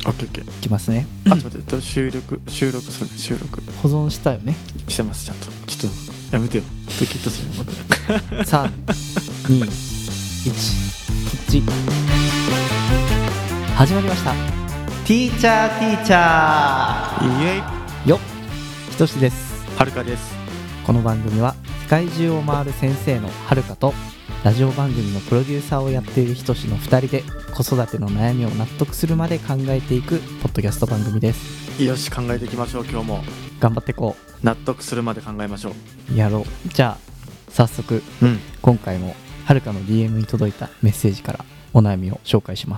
オッケーオッケー。 いきますね。 ちょっと待って、収録するね。収録保存したよね。 してます。ちゃんとちょっとやめてよ、ドキッとするよまた。 3、2、1、こっち。始まりました。ティーチャーイエイ。 よっ、ひとしです。 はるかです。 この番組は世界中を回る先生のはるかとラジオ番組のプロデューサーをやっているひとしの2人で子育ての悩みを納得するまで考えていくポッドキャスト番組です。 よし、考えていきましょう。今日も頑張っていこ納得するまで考えましょう。やろう。じゃあ早速、今回もはるかの DM に届いたメッセージからお悩みを紹介します。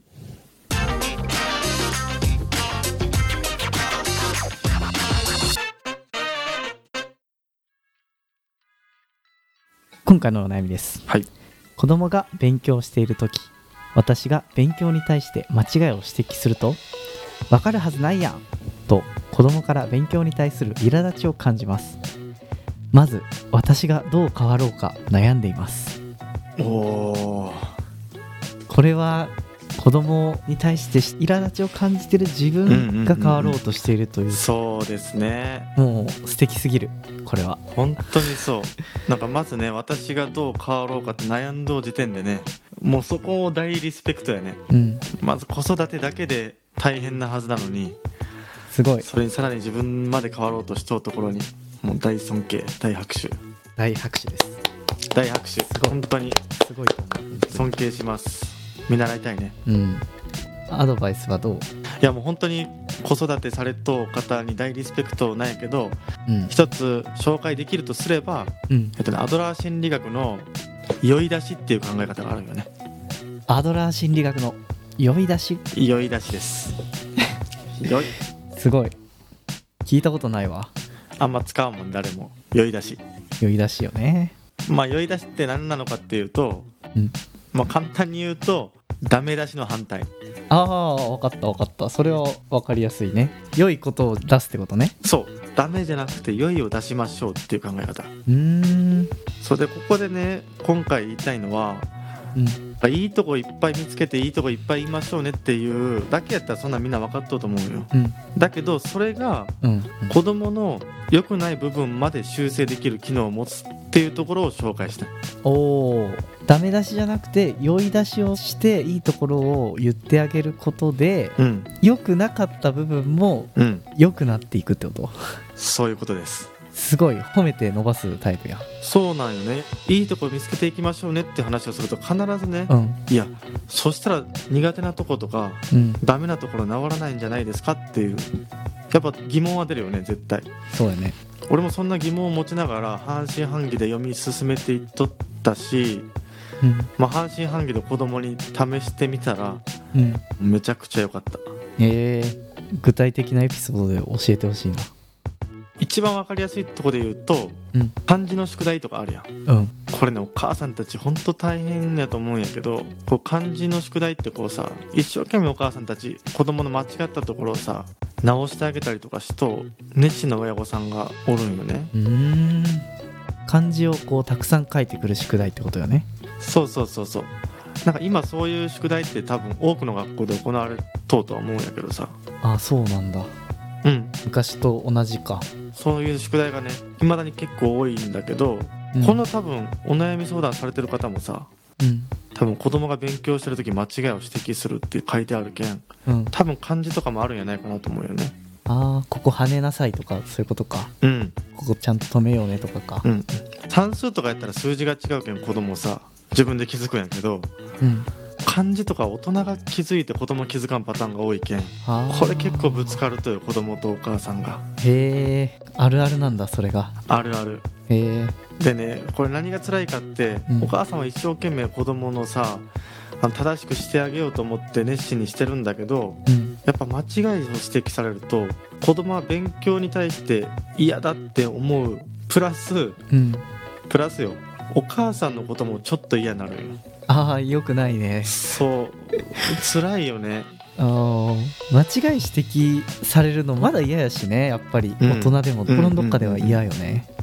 今回のお悩みです。 はい。 子供が勉強しているとき、私が勉強に対して間違いを指摘すると、わかるはずないやんと子供から勉強に対する苛立ちを感じます。まず私がどう変わろうか悩んでいます。 おー、 これは子供に対して苛立ちを感じている自分が変わろうとしているという、 そうですね。 もう素敵すぎる。これは本当にそう。なんかまずね、私がどう変わろうかって悩んどう時点でね、もうそこを大リスペクトやね。まず子育てだけで大変なはずなのに、 すごい。 それにさらに自分まで変わろうとしとうところに、もう大尊敬、大拍手。 大拍手です。 大拍手。本当にすごいと思う。 尊敬します。見習いたいね。 アドバイスはどう？ いやもう本当に子育てされとう方に大リスペクトなんやけど、一つ紹介できるとすれば、アドラー心理学の酔い出しっていう考え方があるよね。 アドラー心理学の酔い出し？ 酔い出しです。酔い。 すごい。聞いたことないわ。 あんま使うもん誰も。酔い出し。 酔い出しよね。 まあ酔い出しって何なのかっていうと、まあ簡単に言うとダメ出しの反対。 ああ、分かった分かった。それは分かりやすいね。良いことを出すってことね。 そう、ダメじゃなくて良いを出しましょうっていう考え方。それでここでね、今回言いたいのは、いいとこいっぱい見つけていいとこいっぱい言いましょうねっていうだけやったらそんなみんな分かっとうと思うよ。だけどそれが子供の良くない部分まで修正できる機能を持つっていうところを紹介したい。 おー、ダメ出しじゃなくて酔い出しをしていいところを言ってあげることで、良くなかった部分も良くなっていくってこと？ そういうことです。 すごい褒めて伸ばすタイプやん。 そうなんよね。いいとこ見つけていきましょうねって話をすると必ずね、いやそしたら苦手なとことか、ダメなところ治らないんじゃないですかっていう、やっぱ疑問は出るよね絶対。 そうやね。 俺もそんな疑問を持ちながら半信半疑で読み進めていっとったし、半信半疑で子供に試してみたら、めちゃくちゃ良かった。 具体的なエピソードで教えてほしいな。 一番わかりやすいところで言うと、漢字の宿題とかあるやん。これね、お母さんたちほんと大変やと思うんやけど、こう漢字の宿題ってこうさ、一生懸命お母さんたち子供の間違ったところをさ直してあげたりとかしと熱心な親御さんがおるんよね。 漢字をこうたくさん書いてくる宿題ってことよね。 そう。なんか今そういう宿題って多分多くの学校で行われとうとは思うんやけどさ。 あ、そうなんだ。昔と同じか。 そういう宿題がね未だに結構多いんだけど、この多分お悩み相談されてる方もさ、多分子供が勉強してる時間違いを指摘するって書いてあるけん、多分漢字とかもあるんじゃないかなと思うよね。 ここ跳ねなさいとかそういうことか。ここちゃんと止めようねとかか。算数とかやったら数字が違うけん子供さ自分で気づくんやけど、漢字とか大人が気づいて子供気づかんパターンが多いけん、これ結構ぶつかるという子供とお母さんが。 あるあるなんだそれが。 あるある。でね、これ何が辛いかって、お母さんは一生懸命子供のさ正しくしてあげようと思って熱心にしてるんだけど、やっぱ間違いを指摘されると子供は勉強に対して嫌だって思うプラスよ、お母さんのこともちょっと嫌になるよ。 良くないね。 そう辛いよね。 間違い指摘されるのまだ嫌やしね。やっぱり大人でも心のどっかでは嫌よね。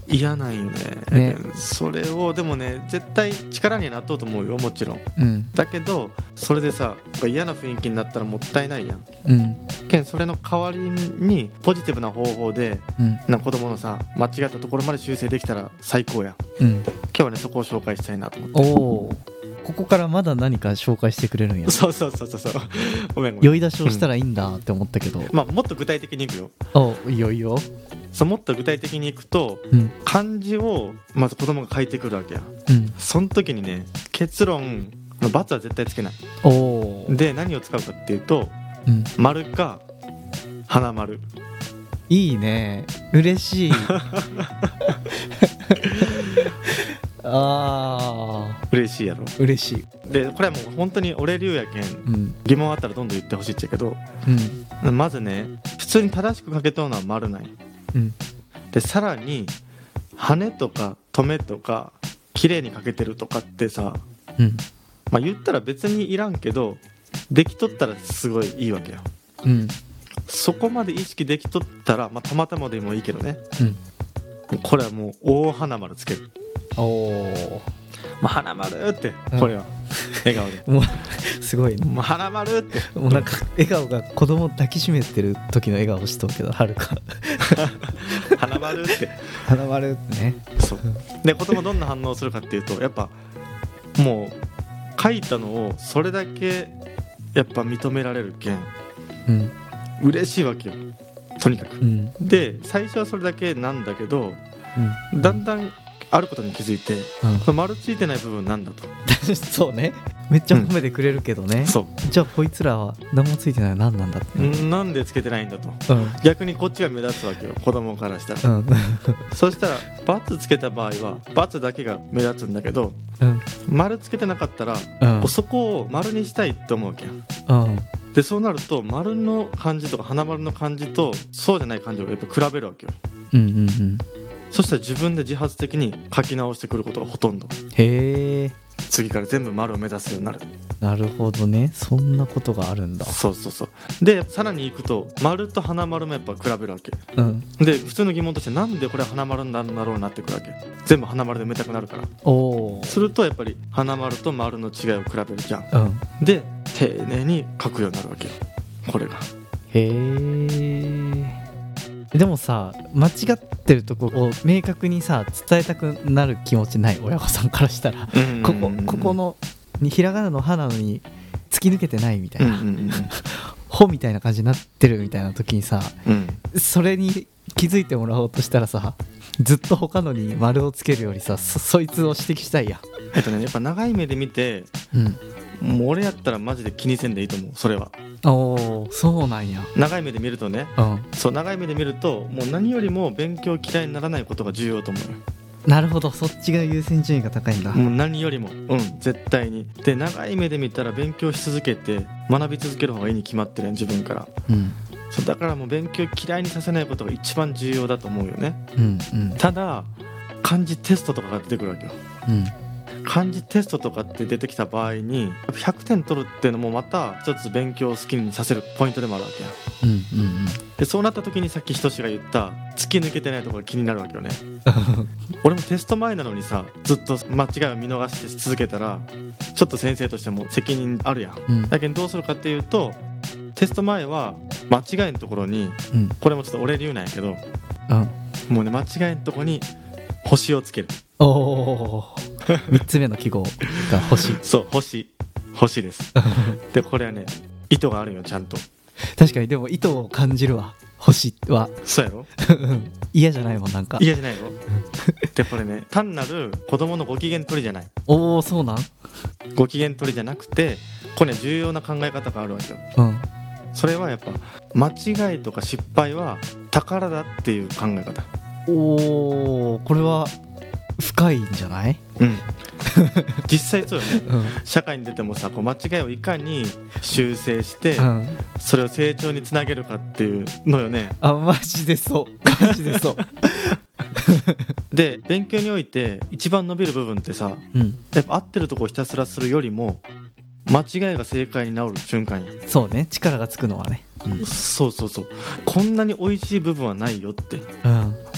嫌なんよね。それをでもね絶対力になっとうと思うよ、もちろん、うん、だけどそれでさ嫌な雰囲気になったらもったいないやん、うん、けんそれの代わりにポジティブな方法で、うん、子供のさ間違ったところまで修正できたら最高やん、うん、今日はねそこを紹介したいなと思って。 おー、ここからまだ何か紹介してくれるんや。 そうごめん酔い出しをしたらいいんだって思ったけど、 まあもっと具体的にいくよ。 いいよいいよ。 もっと具体的にいくと、うん、漢字をまず子供が書いてくるわけや、うん、その時にね結論×は絶対つけない。で何を使うかっていうと、うん、丸か花丸。 いいね、嬉しい嬉しいやろ。 嬉しい。 でこれはもう本当に俺流やけん、うん、疑問あったらどんどん言ってほしいっちゃけど、うん、まずね普通に正しく書けとうのは丸ない、うん、でさらに羽とか止めとか綺麗に書けてるとかってさ、うん、まあ言ったら別にいらんけどできとったらすごいいいわけよ、うん、そこまで意識できとったら、まあ、たまたまでもいいけどね、うん、これはもう大花丸つける。花丸ってこれは、笑顔でもうすごい、ね、 もう花丸ってもうなんか笑顔が子供抱きしめてる時の笑顔しとうけど、はるか花丸って花丸ってね。 そうで子供どんな反応するかっていうとやっぱもう書いたのをそれだけやっぱ認められるけん、うん、嬉しいわけよとにかく、うん、で最初はそれだけなんだけど、うん、だんだんあることに気づいて、うん、丸ついてない部分なんだとそうね、めっちゃ褒めてくれるけどね、うん、そうじゃあこいつらは何もついてないの何なんだって、 なんでつけてないんだと、うん、逆にこっちが目立つわけよ子供からしたら、うん、そしたら×つけた場合は×だけが目立つんだけど、うん、丸つけてなかったら、うん、そこを丸にしたいって思うわけよ、うん、でそうなると丸の漢字とか花丸の漢字とそうじゃない漢字をやっぱ比べるわけよ、うんうんうん、そしたら自分で自発的に書き直してくることがほとんど。 へー、 次から全部丸を目指すようになる。 なるほどね、そんなことがあるんだ。 そうでさらにいくと丸と花丸もやっぱ比べるわけ、うん、で普通の疑問としてなんでこれは花丸なんだろうなってくるわけ。全部花丸で埋めたくなるから。するとやっぱり花丸と丸の違いを比べるじゃん、うん、で丁寧に書くようになるわけよこれが。 へー、でもさ間違ってるとこを明確にさ伝えたくなる気持ちない？親御さんからしたらここのひらがなの歯なのに突き抜けてないみたいなほみたいな感じになってるみたいな時にさ、うん、それに気づいてもらおうとしたらさずっと他のに丸をつけるよりさ そいつを指摘したいや。 やっぱ長い目で見て、うん、もう俺やったらマジで気にせんでいいと思うそれは。そうなんや。長い目で見るとね、うん、そう長い目で見るともう何よりも勉強嫌いにならないことが重要と思う。 なるほど、そっちが優先順位が高いんだ。 もう何よりも絶対に。で長い目で見たら勉強し続けて学び続ける方がいいに決まってるやん自分から、うん、そうだからもう勉強嫌いにさせないことが一番重要だと思うよね、うんうん、ただ漢字テストとかが出てくるわけよ、うん、漢字テストとかって出てきた場合に100点取るっていうのもまた一つ勉強を好きにさせるポイントでもあるわけや、うんうんうん、でそうなった時にさっきひとしが言った突き抜けてないところが気になるわけよね俺もテスト前なのにさずっと間違いを見逃して続けたらちょっと先生としても責任あるやん、うん、だけどどうするかっていうとテスト前は間違いのところに、うん、これもちょっと俺流なんやけど、うん、もうね間違いのところに星をつける。 3つ目の記号が星そう星ですでこれはね意図があるよちゃんと。 確かにでも意図を感じるわ星は。 そうやろ嫌じゃないもんなんか嫌じゃないよでこれね単なる子供のご機嫌取りじゃない。 そうなん。 ご機嫌取りじゃなくてこれね重要な考え方があるわけよ、うん、それはやっぱ間違いとか失敗は宝だっていう考え方。 これは深いんじゃない？うん実際そうよね、うん、社会に出てもさこう間違いをいかに修正して、うん、それを成長につなげるかっていうのよね。 マジでそうマジでそうで勉強において一番伸びる部分ってさ、うん、やっぱ合ってるとこをひたすらするよりも間違いが正解になる瞬間や。 そうね、力がつくのはね、 うん、そうこんなに美味しい部分はないよって、うん、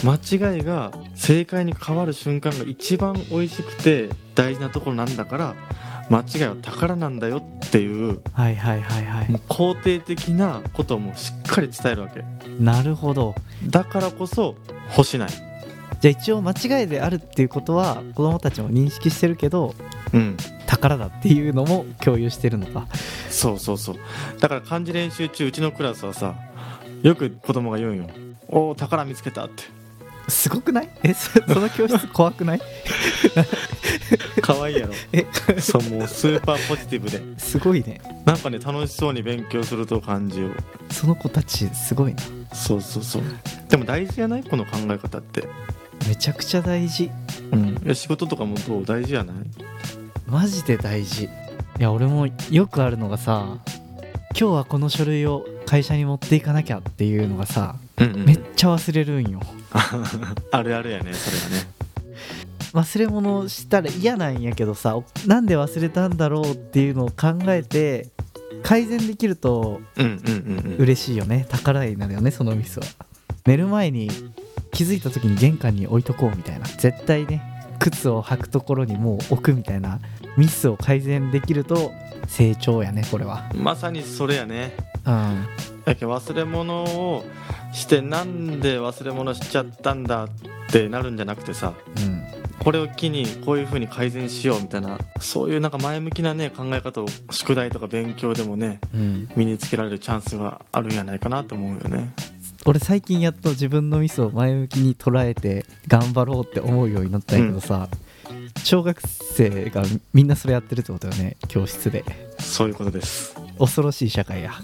間違いが正解に変わる瞬間が一番美味しくて大事なところなんだから、間違いは宝なんだよっていう、もう肯定的なことをもうしっかり伝えるわけ。 なるほど。 だからこそ欲しない。 じゃあ一応間違いであるっていうことは子供たちも認識してるけど、宝だっていうのも共有してるのか。 そうだから漢字練習中、うちのクラスはさ、よく子供が言うんよ。おー、宝見つけたって。 すごくない？その教室怖くない？ 可愛いやろ。そう、もうスーパーポジティブで。 すごいね。 なんかね、楽しそうに勉強すると漢字を。 その子たちすごいな。 そうでも大事じゃない？この考え方ってめちゃくちゃ大事。 いや仕事とかもどう？大事じゃない？ マジで大事。いや俺もよくあるのがさ、今日はこの書類を会社に持っていかなきゃっていうのがさ、めっちゃ忘れるんよ。 あるあるやね、それはね。 忘れ物したら嫌なんやけどさ、なんで忘れたんだろうっていうのを考えて改善できると嬉しいよね。宝になるよね、そのミスは。寝る前に気づいた時に玄関に置いとこうみたいな、絶対ね靴を履くところにもう置くみたいなミスを改善できると成長やね、これは。 まさにそれやね。だけど忘れ物をしてなんで忘れ物しちゃったんだってなるんじゃなくてさ、これを機にこういう風に改善しようみたいな、そういうなんか前向きなね考え方を宿題とか勉強でもね、身につけられるチャンスがあるんじゃないかなと思うよね。 俺最近やっと自分のミスを前向きに捉えて頑張ろうって思うようになったんやけどさ、小学生がみんなそれやってるってことよね、教室で。 そういうことです。 恐ろしい社会や。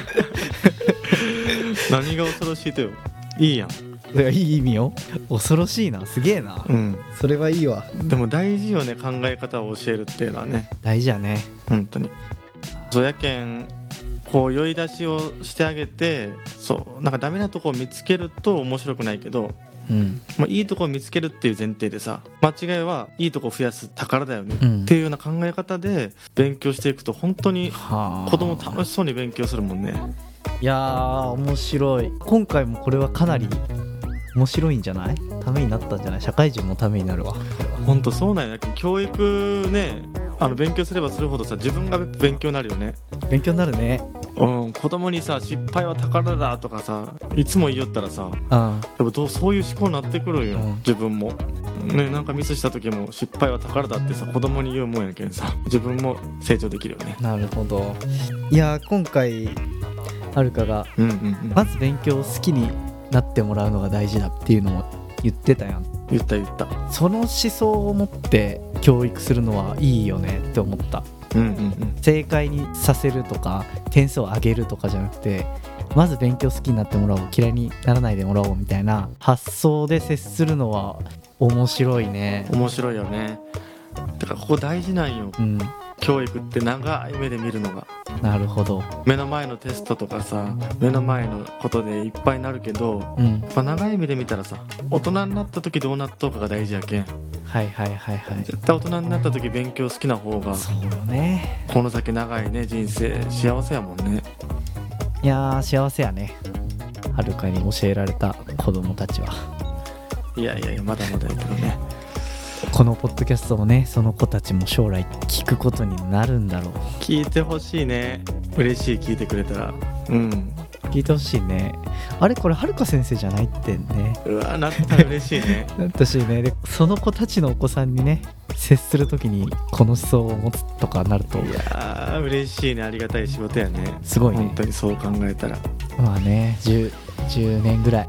何が恐ろしいとよ。いいやん。 いや、いい意味よ。恐ろしいな、すげえな。それはいいわ。 でも大事よね、考え方を教えるっていうのはね。 大事やね、 本当に。そうやけんこう酔い出しをしてあげて、そうなんかダメなとこを見つけると面白くないけど、いいとこを見つけるっていう前提でさ、間違いはいいとこを増やす宝だよね、っていうような考え方で勉強していくと本当に子供楽しそうに勉強するもんね。 いやー面白い。今回もこれはかなり面白いんじゃない？ためになったんじゃない？社会人もためになるわ。 本当そうなんや。教育ね、勉強すればするほどさ、自分が勉強になるよね。勉強になるね。子供にさ、失敗は宝だとかさ、いつも言いよったらさ、でもそういう思考になってくるよ、自分もね。なんかミスした時も失敗は宝だってさ、子供に言うもんやけんさ、自分も成長できるよね。なるほど。いや今回はるかが、まず勉強を好きになってもらうのが大事だっていうのを言ってたやん。言った。その思想を持って教育するのはいいよねって思った。正解にさせるとか点数を上げるとかじゃなくて、まず勉強好きになってもらおう、嫌いにならないでもらおうみたいな発想で接するのは面白いね。面白いよね。だからここ大事なんよ、教育って長い目で見るのが。なるほど。目の前のテストとかさ、目の前のことでいっぱいになるけど、長い目で見たらさ、大人になった時どうなっとうかが大事やけん。絶対大人になった時勉強好きな方が、そうよね、この先長いね人生幸せやもんね。いや幸せやね、はるかに教えられた子供たちは。いやまだまだやけどね。このポッドキャストもね、その子たちも将来聞くことになるんだろう。聞いてほしいね。嬉しい、聞いてくれたら。聞いてほしいね。あれこれはるか先生じゃないってね。うわ、なったら嬉しいね。なったしね。でその子たちのお子さんにね接するときにこの思想を持つとかなると、いや嬉しいね。ありがたい仕事やね。すごいね、本当にそう考えたら。まあね、10年ぐらい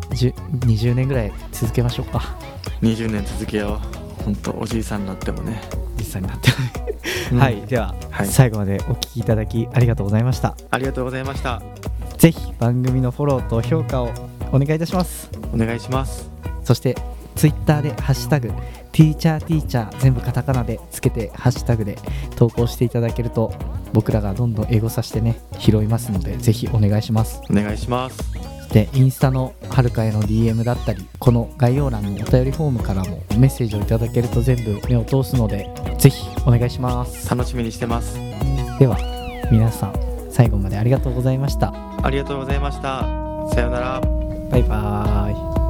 20年ぐらい続けましょうか。20年続けよう。本当おじいさんになってもね。おじいさんになってもね。はい、では、最後までお聞きいただきありがとうございました。ありがとうございました。ぜひ番組のフォローと評価をお願いいたします。お願いします。そしてツイッターでハッシュタグティーチャー全部カタカナでつけてハッシュタグで投稿していただけると、僕らがどんどん英語させてね拾いますので、ぜひお願いします。お願いします。でインスタのはるかへの DM だったり、この概要欄のお便りフォームからもメッセージをいただけると全部目を通すので、ぜひお願いします。楽しみにしてます。では皆さん最後までありがとうございました。ありがとうございました。さようなら。バイバーイ。